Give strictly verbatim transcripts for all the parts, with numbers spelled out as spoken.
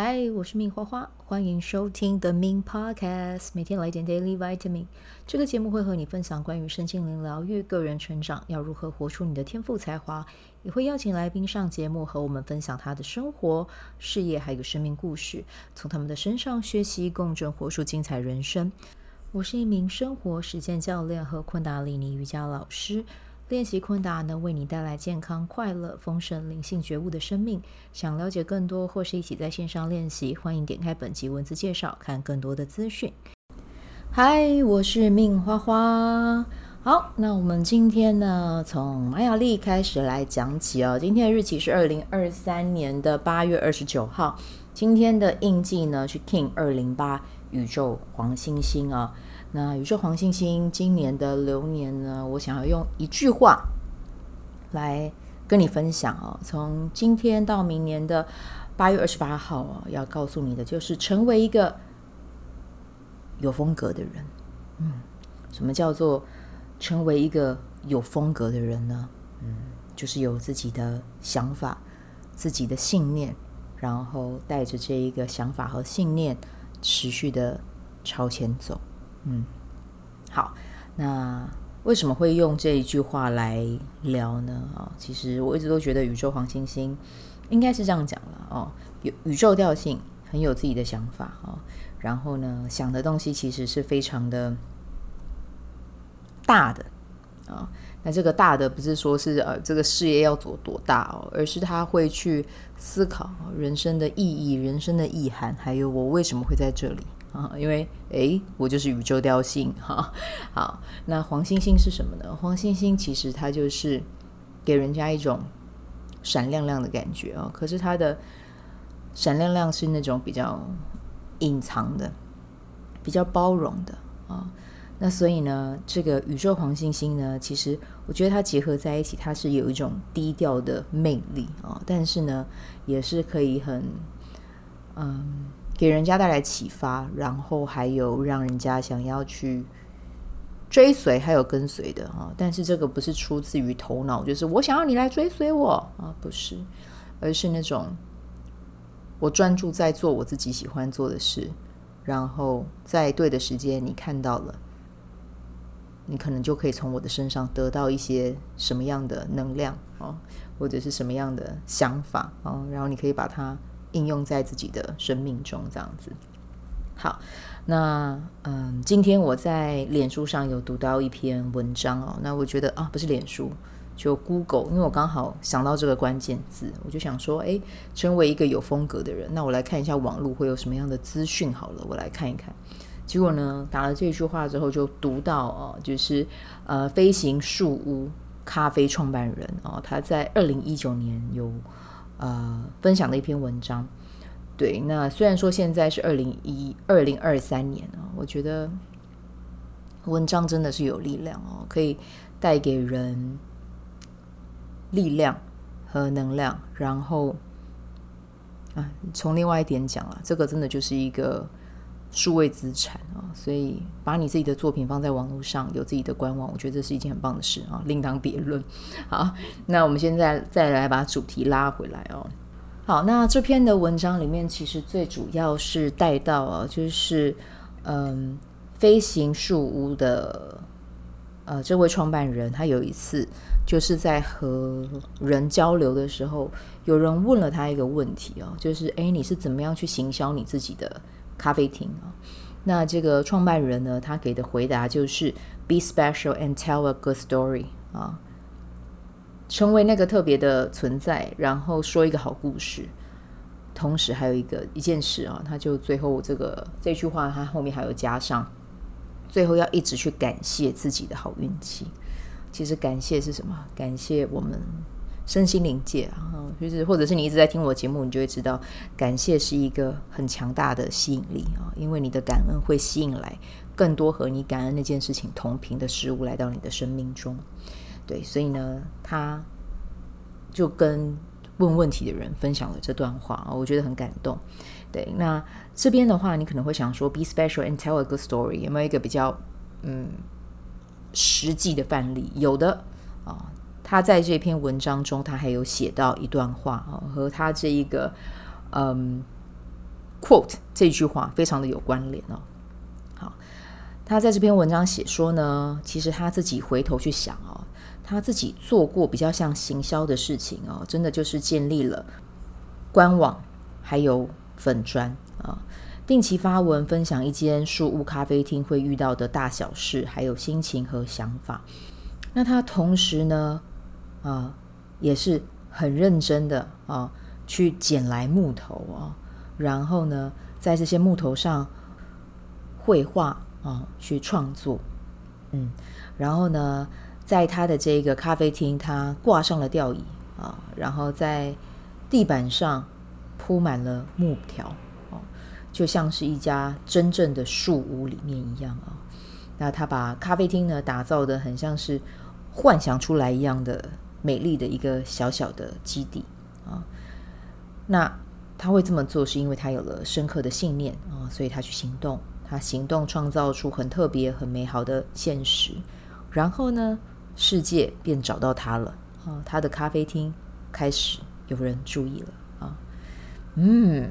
嗨，我是命花花，欢迎收听 The Min Podcast， 每天来点 Daily Vitamin。这个节目会和你分享关于身心灵疗愈、个人成长，要如何活出你的天赋才华，也会邀请来宾上节目和我们分享他的生活、事业还有生命故事，从他们的身上学习共振，活出精彩人生。我是一名生活实践教练和昆达里尼瑜伽老师。练习昆达能为你带来健康、快乐、丰盛、灵性觉悟的生命。想了解更多或是一起在线上练习，欢迎点开本集文字介绍，看更多的资讯。嗨，我是命花花。好，那我们今天呢，从玛雅历开始来讲起哦。今天的日期是二零二三年的八月二十九号。今天的印记呢是 King 二零八宇宙黄星星啊。那宇宙黄星星今年的流年呢，我想要用一句话来跟你分享哦。从今天到明年的八月二十八号哦，要告诉你的就是成为一个有风格的人。嗯，什么叫做成为一个有风格的人呢？嗯，就是有自己的想法、自己的信念，然后带着这一个想法和信念持续的朝前走。嗯，好，那为什么会用这一句话来聊呢？哦，其实我一直都觉得宇宙黄星星应该是这样讲了哦，有宇宙调性，很有自己的想法哦，然后呢，想的东西其实是非常的大的啊、哦。那这个大的不是说是呃这个事业要做多大哦，而是他会去思考人生的意义、人生的意涵，还有我为什么会在这里。啊，因为诶，我就是宇宙调性哈。好，那黄星星是什么呢？黄星星其实它就是给人家一种闪亮亮的感觉啊、哦，可是它的闪亮亮是那种比较隐藏的、比较包容的啊、哦。那所以呢，这个宇宙黄星星呢，其实我觉得它结合在一起，它是有一种低调的魅力啊、哦，但是呢，也是可以很嗯。给人家带来启发，然后还有让人家想要去追随还有跟随的啊，但是这个不是出自于头脑，就是我想要你来追随我啊，不是，而是那种我专注在做我自己喜欢做的事，然后在对的时间你看到了，你可能就可以从我的身上得到一些什么样的能量啊，或者是什么样的想法啊，然后你可以把它应用在自己的生命中，这样子。好，那嗯，今天我在脸书上有读到一篇文章哦，那我觉得啊，不是脸书，就 Google， 因为我刚好想到这个关键字，我就想说，哎，成为一个有风格的人，那我来看一下网络会有什么样的资讯好了，我来看一看。结果呢，打了这句话之后，就读到哦，就是呃，飞行树屋咖啡创办人哦，他在二零一九年有。呃，分享的一篇文章。对，那虽然说现在是二零一二零二三年哦，我觉得文章真的是有力量哦，可以带给人力量和能量。然后啊，从另外一点讲啊，这个真的就是一个数位资产啊，所以把你自己的作品放在网络上，有自己的官网，我觉得这是一件很棒的事啊，另当别论。好，那我们现在再来把主题拉回来哦。好，那这篇的文章里面其实最主要是带到啊，就是嗯，飞行树屋的呃这位创办人，他有一次就是在和人交流的时候，有人问了他一个问题哦，就是哎，你是怎么样去行销你自己的咖啡厅啊？那这个创办人呢，他给的回答就是 Be special and tell a good story 啊，成为那个特别的存在，然后说一个好故事。同时还有一个一件事啊，他就最后这个这句话，他后面还有加上，最后要一直去感谢自己的好运气。其实感谢是什么？感谢我们身心灵界啊，就是或者是你一直在听我的节目，你就会知道，感谢是一个很强大的吸引力啊，因为你的感恩会吸引来更多和你感恩那件事情同频的事物来到你的生命中。对，所以呢，他就跟问问题的人分享了这段话，我觉得很感动。对，那这边的话，你可能会想说 ，Be special and tell a good story， 有没有一个比较嗯实际的范例？有的啊，他在这篇文章中，他还有写到一段话啊，和他这一个嗯 quote 这句话非常的有关联哦。好，他在这篇文章写说呢，其实他自己回头去想哦，他自己做过比较像行销的事情哦，真的就是建立了官网还有粉专啊，定期发文分享一间树屋咖啡厅会遇到的大小事，还有心情和想法。那他同时呢，啊，也是很认真的啊，去捡来木头啊，然后呢，在这些木头上绘画啊，去创作，嗯，然后呢，在他的这个咖啡厅，他挂上了吊椅啊，然后在地板上铺满了木条，哦，就像是一家真正的树屋里面一样啊。那他把咖啡厅呢打造的很像是幻想出来一样的美丽的一个小小的基地啊。那他会这么做是因为他有了深刻的信念啊，所以他去行动，他行动创造出很特别很美好的现实，然后呢世界便找到他了啊，他的咖啡厅开始有人注意了啊。嗯，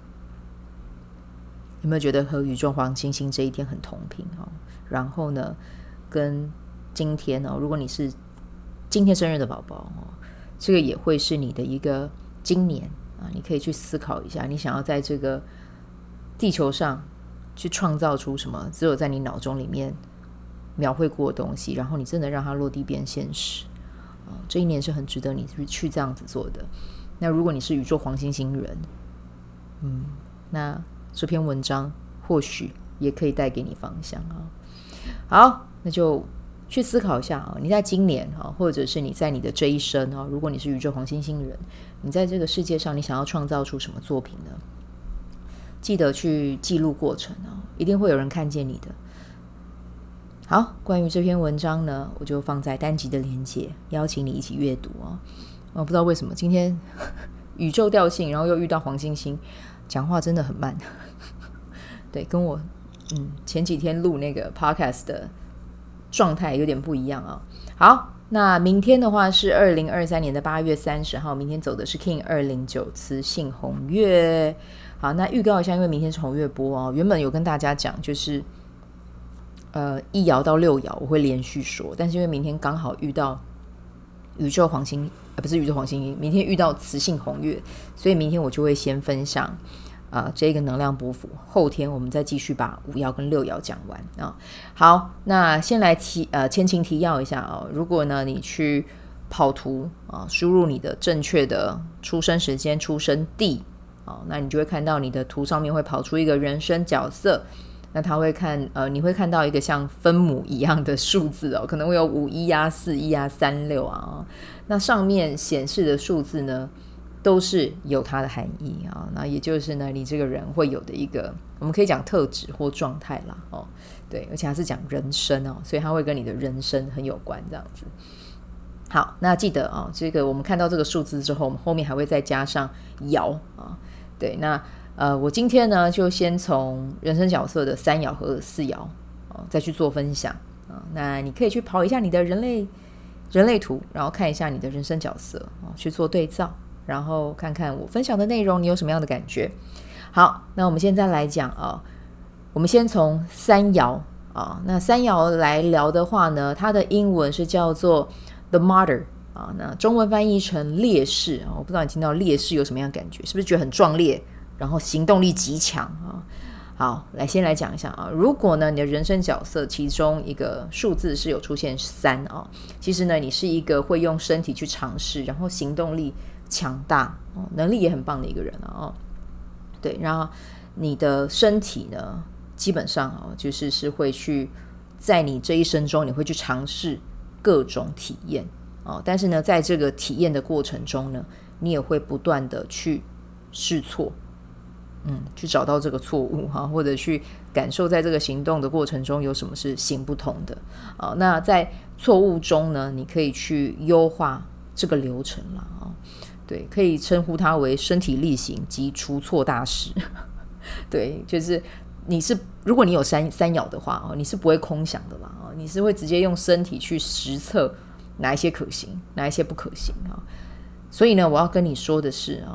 有没有觉得和宇宙黄星星这一天很同频哦？然后呢，跟今天哦，如果你是今天生日的宝宝哦，这个也会是你的一个今年啊，你可以去思考一下，你想要在这个地球上去创造出什么只有在你脑中里面描绘过的东西，然后你真的让它落地变现实啊，这一年是很值得你去这样子做的。那如果你是宇宙黄星星人，嗯，那这篇文章或许也可以带给你方向啊。好，那就去思考一下啊，你在今年啊，或者是你在你的这一生啊，如果你是宇宙黄星星人，你在这个世界上你想要创造出什么作品呢？记得去记录过程啊，一定会有人看见你的。好，关于这篇文章呢，我就放在单集的连结，邀请你一起阅读啊。我不知道为什么今天宇宙调性，然后又遇到黄星星，讲话真的很慢。对，跟我嗯前几天录那个 podcast 的状态有点不一样啊。好，那明天的话是二零二三年的八月三十号，明天走的是 King 二零九磁性红月。好，那预告一下，因为明天是红月波哦，原本有跟大家讲就是呃一爻到六爻我会连续说，但是因为明天刚好遇到宇宙黄星、呃、不是宇宙黄星，明天遇到磁性红月，所以明天我就会先分享呃这个能量波幅，后天我们再继续把五爻跟六爻讲完啊。好，那先来提呃前情提要一下啊，如果呢你去跑图啊，输入你的正确的出生时间、出生地啊，那你就会看到你的图上面会跑出一个人生角色。那他会看呃，你会看到一个像分母一样的数字哦，可能会有五一啊、四一啊、三六啊。那上面显示的数字呢，都是有它的含义啊。那也就是呢，你这个人会有的一个，我们可以讲特质或状态啦哦。对，而且还是讲人生哦，所以它会跟你的人生很有关这样子。好，那记得啊、哦，这个我们看到这个数字之后，我们后面还会再加上爻啊。对，那。呃，我今天呢就先从人生角色的三爻和四爻、哦、再去做分享、哦、那你可以去跑一下你的人类人类图，然后看一下你的人生角色、哦、去做对照，然后看看我分享的内容你有什么样的感觉。好，那我们现在来讲啊、哦，我们先从三爻啊、哦，那三爻来聊的话呢，它的英文是叫做 The Martyr 啊、哦，那中文翻译成烈士啊、哦，我不知道你听到烈士有什么样的感觉，是不是觉得很壮烈？然后行动力极强啊！好，来先来讲一下啊，如果呢你的人生角色其中一个数字是有出现三啊，其实呢你是一个会用身体去尝试，然后行动力强大、哦、能力也很棒的一个人啊。对，然后你的身体呢，基本上啊就是是会去在你这一生中，你会去尝试各种体验啊，但是呢，在这个体验的过程中呢，你也会不断的去试错。嗯，去找到这个错误哈，或者去感受在这个行动的过程中有什么是行不通的啊。那在错误中呢，你可以去优化这个流程啦啊。对，可以称呼它为身体力行及除错大师。对，就是你是如果你有三三爻的话，你是不会空想的啦，你是会直接用身体去实测哪一些可行，哪一些不可行啊。所以呢，我要跟你说的是啊。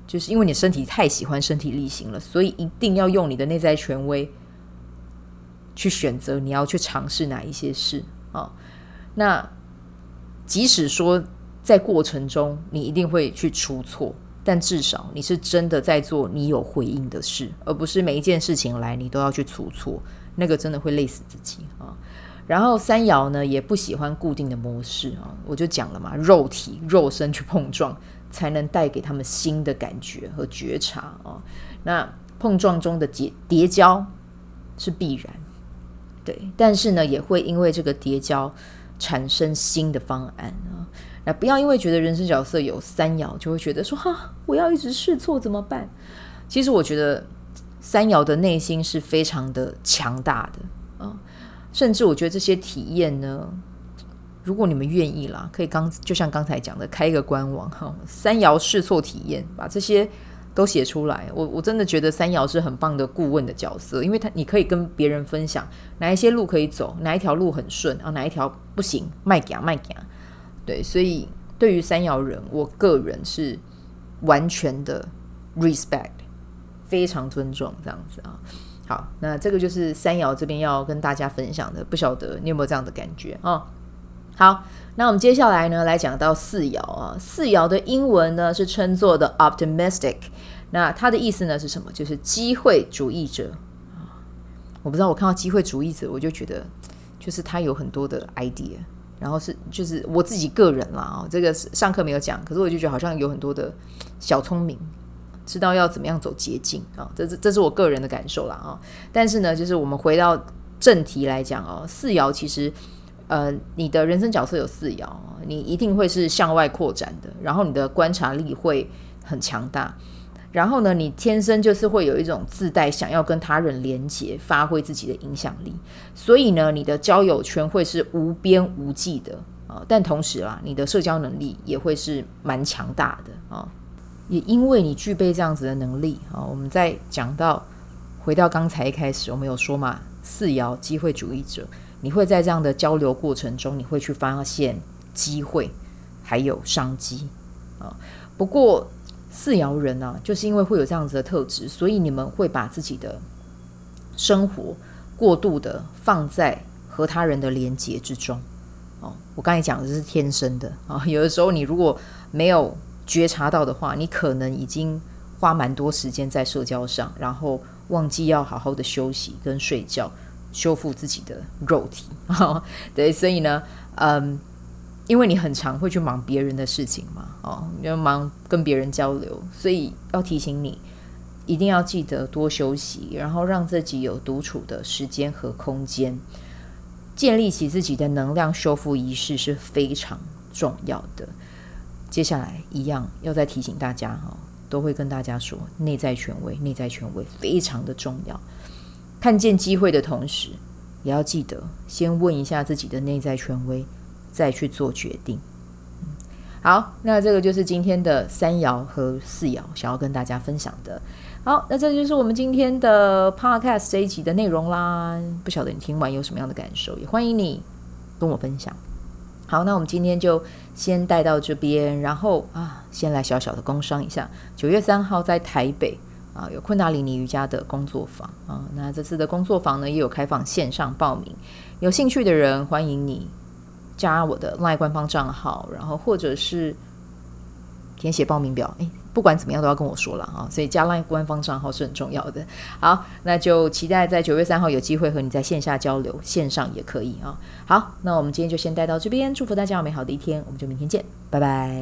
就是因为你身体太喜欢身体力行了，所以一定要用你的内在权威去选择你要去尝试哪一些事、哦、那即使说在过程中你一定会去出错，但至少你是真的在做你有回应的事，而不是每一件事情来你都要去出错，那个真的会累死自己、哦、然后三爻呢也不喜欢固定的模式、哦、我就讲了嘛，肉体肉身去碰撞才能带给他们新的感觉和觉察、哦、那碰撞中的叠交是必然，对，但是呢也会因为这个叠交产生新的方案、哦、那不要因为觉得人生角色有三爻就会觉得说哈，我要一直试错怎么办？其实我觉得三爻的内心是非常的强大的、哦、甚至我觉得这些体验呢，如果你们愿意啦，可以刚就像刚才讲的开一个官网、哦、三爻试错体验，把这些都写出来。 我, 我真的觉得三爻是很棒的顾问的角色，因为他你可以跟别人分享哪一些路可以走，哪一条路很顺、啊、哪一条不行，卖行卖行。对，所以对于三爻人我个人是完全的 respect， 非常尊重这样子啊。好，那这个就是三爻这边要跟大家分享的，不晓得你有没有这样的感觉啊？好，那我们接下来呢来讲到四爻啊。四爻的英文呢是称作的 optimistic， 那它的意思呢是什么？就是机会主义者。我不知道，我看到机会主义者我就觉得就是他有很多的 idea， 然后是就是我自己个人啦、哦、这个上课没有讲，可是我就觉得好像有很多的小聪明，知道要怎么样走捷径、哦、这, 这是我个人的感受啦、哦、但是呢就是我们回到正题来讲、哦、四爻其实呃，你的人生角色有四爻，你一定会是向外扩展的，然后你的观察力会很强大，然后呢你天生就是会有一种自带想要跟他人连结，发挥自己的影响力，所以呢你的交友圈会是无边无际的、呃、但同时啦你的社交能力也会是蛮强大的、呃、也因为你具备这样子的能力、呃、我们再讲到回到刚才一开始我们有说嘛，四爻机会主义者，你会在这样的交流过程中你会去发现机会还有商机、啊、不过四爻人啊就是因为会有这样子的特质，所以你们会把自己的生活过度的放在和他人的连结之中、哦、我刚才讲的是天生的、啊、有的时候你如果没有觉察到的话，你可能已经花蛮多时间在社交上，然后忘记要好好的休息跟睡觉，修复自己的肉体对，所以呢嗯，因为你很常会去忙别人的事情嘛，哦，你要忙跟别人交流，所以要提醒你一定要记得多休息，然后让自己有独处的时间和空间，建立起自己的能量修复仪式是非常重要的。接下来一样要再提醒大家、哦、都会跟大家说内在权威内在权威非常的重要，看见机会的同时也要记得先问一下自己的内在权威，再去做决定。好，那这个就是今天的三爻和四爻想要跟大家分享的。好，那这就是我们今天的 podcast 这一集的内容啦，不晓得你听完有什么样的感受，也欢迎你跟我分享。好，那我们今天就先带到这边，然后啊，先来小小的工商一下，九月三号在台北啊，有昆达里尼瑜伽的工作坊啊，那这次的工作坊呢也有开放线上报名，有兴趣的人欢迎你加我的 LINE 官方账号，然后或者是填写报名表，诶不管怎么样都要跟我说了啊，所以加 LINE 官方账号是很重要的。好，那就期待在九月三号有机会和你在线下交流，线上也可以啊。好，那我们今天就先带到这边，祝福大家有美好的一天，我们就明天见，拜拜。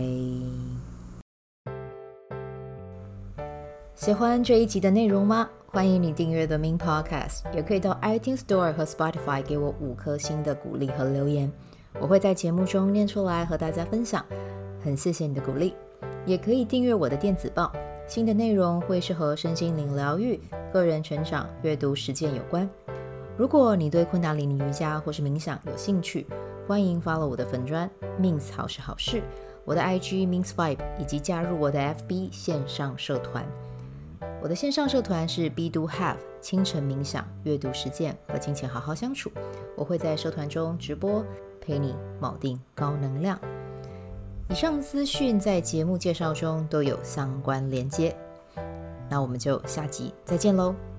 喜欢这一集的内容吗？欢迎你订阅 The Min Podcast， 也可以到 iTunes Store 和 Spotify 给我五颗星的鼓励和留言，我会在节目中念出来和大家分享，很谢谢你的鼓励。也可以订阅我的电子报，新的内容会是和身心灵疗愈、个人成长、阅读实践有关。如果你对昆达里尼瑜伽或是冥想有兴趣，欢迎 follow 我的粉专 Mins 好事好事，我的 I G Mins Vibe， 以及加入我的 F B 线上社团。我的线上社团是 Be Do Have 清晨冥想、阅读实践和金钱好好相处，我会在社团中直播，陪你锚定高能量。 以上资讯在节目介绍中都有相关连接。那我们就下集再见喽。